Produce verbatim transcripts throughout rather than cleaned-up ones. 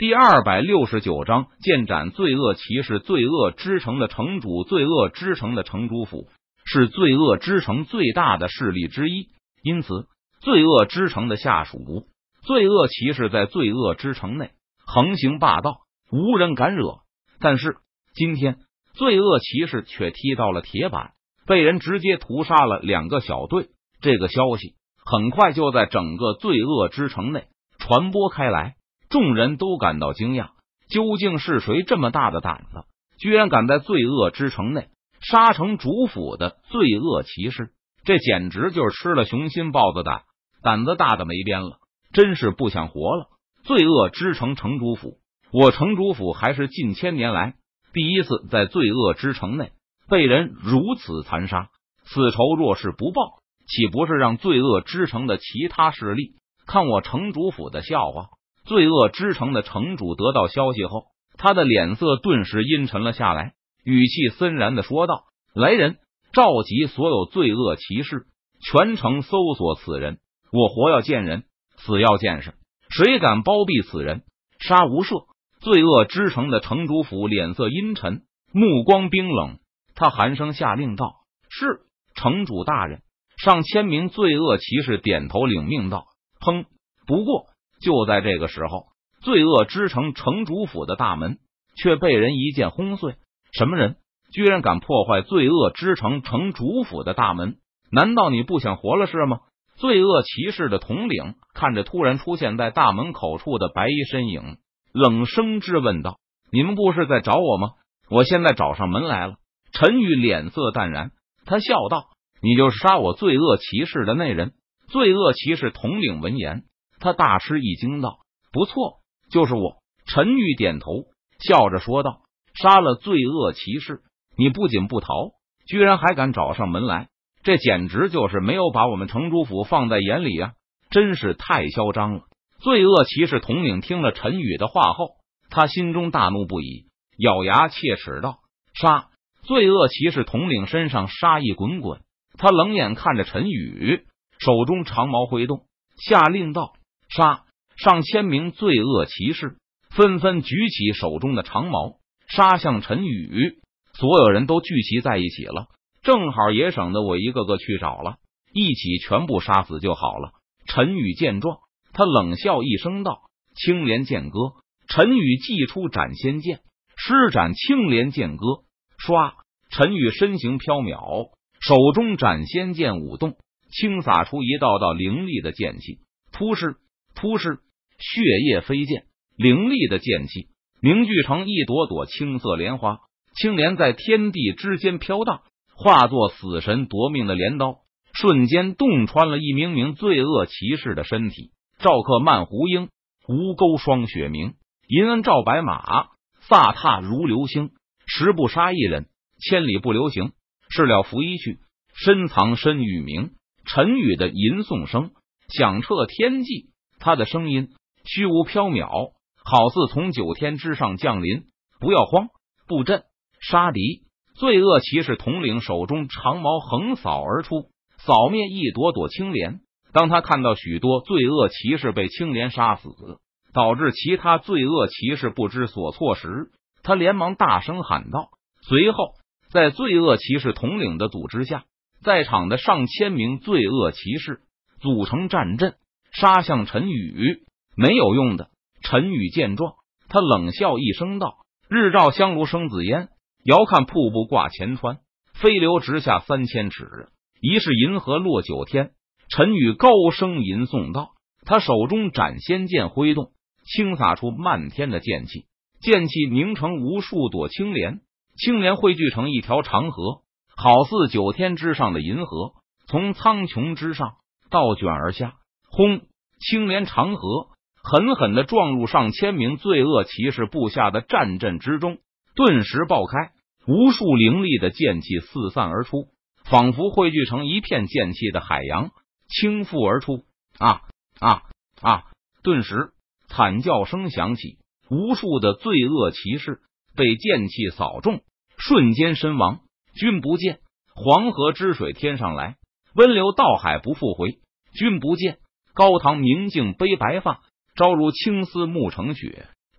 第二百六十九章剑斩罪恶骑士。罪恶之城的城主，罪恶之城的城主府是罪恶之城最大的势力之一，因此罪恶之城的下属罪恶骑士在罪恶之城内横行霸道，无人敢惹。但是今天罪恶骑士却踢到了铁板，被人直接屠杀了两个小队。这个消息很快就在整个罪恶之城内传播开来，众人都感到惊讶，究竟是谁这么大的胆子，居然敢在罪恶之城内杀城主府的罪恶骑士？这简直就是吃了雄心豹子胆，胆子大的没边了，真是不想活了。罪恶之城城主府，我城主府还是近千年来第一次在罪恶之城内被人如此残杀，此仇若是不报，岂不是让罪恶之城的其他势力看我城主府的笑话？罪恶之城的城主得到消息后，他的脸色顿时阴沉了下来，语气森然的说道：来人，召集所有罪恶骑士，全城搜索此人，我活要见人，死要见识，谁敢包庇此人，杀无赦。罪恶之城的城主府脸色阴沉，目光冰冷，他寒声下令道：是，城主大人。上千名罪恶骑士点头领命道：砰！不过就在这个时候，罪恶之城城主府的大门却被人一剑轰碎。什么人居然敢破坏罪恶之城城主府的大门？难道你不想活了是吗？罪恶骑士的统领看着突然出现在大门口处的白衣身影，冷声质问道：你们不是在找我吗？我现在找上门来了。陈宇脸色淡然，他笑道：你就是杀我罪恶骑士的那人。罪恶骑士统领闻言，他大吃一惊道：不错，就是我。陈宇点头笑着说道：杀了罪恶骑士，你不仅不逃，居然还敢找上门来，这简直就是没有把我们城主府放在眼里啊，真是太嚣张了。罪恶骑士统领听了陈宇的话后，他心中大怒不已，咬牙切齿道：杀！罪恶骑士统领身上杀意滚滚，他冷眼看着陈宇，手中长矛挥动，下令道：杀！上千名罪恶骑士纷纷举起手中的长矛，杀向陈宇。所有人都聚集在一起了，正好也省得我一个个去找了，一起全部杀死就好了。陈宇见状，他冷笑一声道：青莲剑歌。陈宇祭出斩仙剑，施展青莲剑歌。唰！陈宇身形飘渺，手中斩仙剑舞动，轻洒出一道道凌厉的剑气。突施突施，血液飞溅，凌厉的剑气凝聚成一朵朵青色莲花，青莲在天地之间飘荡，化作死神夺命的镰刀，瞬间洞穿了一名名罪恶骑士的身体。赵克曼胡鹰，吴钩双雪明，银恩赵白马，飒沓如流星。十不杀一人，千里不留行，事了拂衣去，深藏身与名。陈宇的吟诵声响彻天际，他的声音虚无缥缈，好似从九天之上降临。不要慌，布阵，杀敌！罪恶骑士统领手中长矛横扫而出，扫灭一朵朵青莲。当他看到许多罪恶骑士被青莲杀死，导致其他罪恶骑士不知所措时，他连忙大声喊道。随后在罪恶骑士统领的组织下，在场的上千名罪恶骑士组成战阵，杀向陈宇。没有用的。陈宇见状，他冷笑一声道：日照香炉生紫烟，遥看瀑布挂前川，飞流直下三千尺，疑是银河落九天。陈宇高声吟诵道，他手中斩仙剑挥动，轻洒出漫天的剑气，剑气凝成无数朵青莲，青莲汇聚成一条长河，好似九天之上的银河，从苍穹之上倒卷而下。轰！青莲长河狠狠地撞入上千名罪恶骑士部下的战阵之中，顿时爆开，无数凌厉的剑气四散而出，仿佛汇聚成一片剑气的海洋，倾覆而出。啊啊啊！顿时惨叫声响起，无数的罪恶骑士被剑气扫中，瞬间身亡。君不见，黄河之水天上来，温流到海不复回。君不见，高堂明镜悲白发，朝如青丝暮成雪。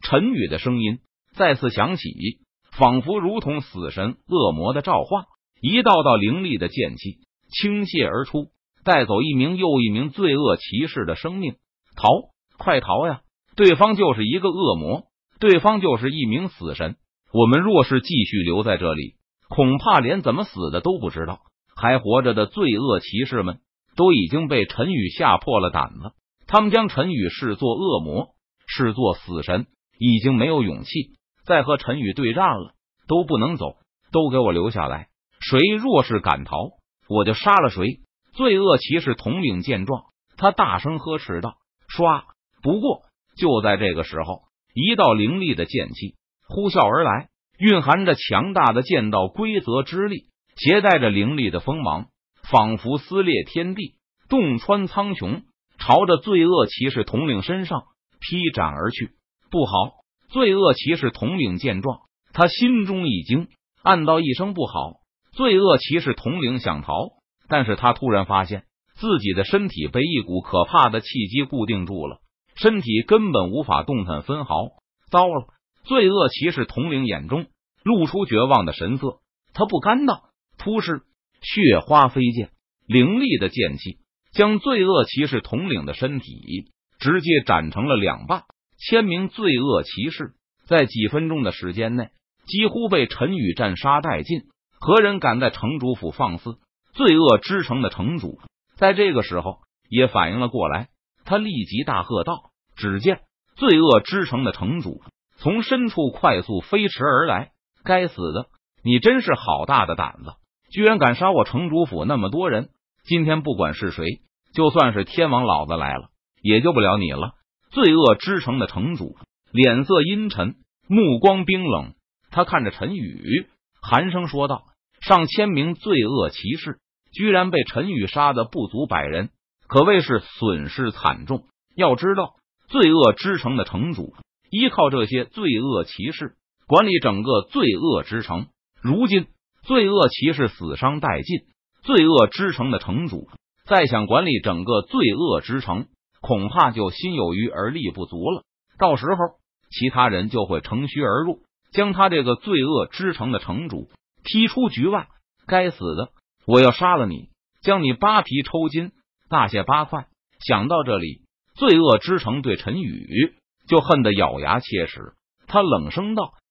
陈宇的声音再次响起，仿佛如同死神恶魔的召唤，一道道凌厉的剑气倾泻而出，带走一名又一名罪恶骑士的生命。逃，快逃呀！对方就是一个恶魔，对方就是一名死神。我们若是继续留在这里，恐怕连怎么死的都不知道。还活着的罪恶骑士们都已经被陈宇吓破了胆子，他们将陈宇视作恶魔，视作死神，已经没有勇气再和陈宇对战了。都不能走，都给我留下来！谁若是敢逃，我就杀了谁！罪恶骑士统领见状，他大声呵斥道：唰！不过就在这个时候，一道凌厉的剑气呼啸而来，蕴含着强大的剑道规则之力，携带着凌厉的锋芒，仿佛撕裂天地，洞穿苍穹，朝着罪恶骑士统领身上劈斩而去。不好！罪恶骑士统领见状，他心中一惊，暗道一声不好。罪恶骑士统领想逃，但是他突然发现自己的身体被一股可怕的气机固定住了，身体根本无法动弹分毫。糟了！罪恶骑士统领眼中露出绝望的神色，他不甘当，突施血花飞溅，凌厉的剑气将罪恶骑士统领的身体直接斩成了两半。千名罪恶骑士在几分钟的时间内几乎被陈宇战杀殆尽。何人敢在城主府放肆？罪恶之城的城主在这个时候也反应了过来，他立即大喝道：只见罪恶之城的城主从深处快速飞驰而来。该死的，你真是好大的胆子，居然敢杀我城主府那么多人！今天不管是谁，就算是天王老子来了也救不了你了！罪恶之城的城主脸色阴沉，目光冰冷，他看着陈宇，寒声说道：上千名罪恶骑士居然被陈宇杀的不足百人，可谓是损失惨重。要知道，罪恶之城的城主依靠这些罪恶骑士管理整个罪恶之城，如今罪恶骑士死伤殆尽，罪恶之城的城主再想管理整个罪恶之城，恐怕就心有余而力不足了。到时候其他人就会乘虚而入，将他这个罪恶之城的城主踢出局外。该死的，我要杀了你，将你扒皮抽筋，大卸八块！想到这里，罪恶之城对陈宇就恨得咬牙切齿，他冷声道：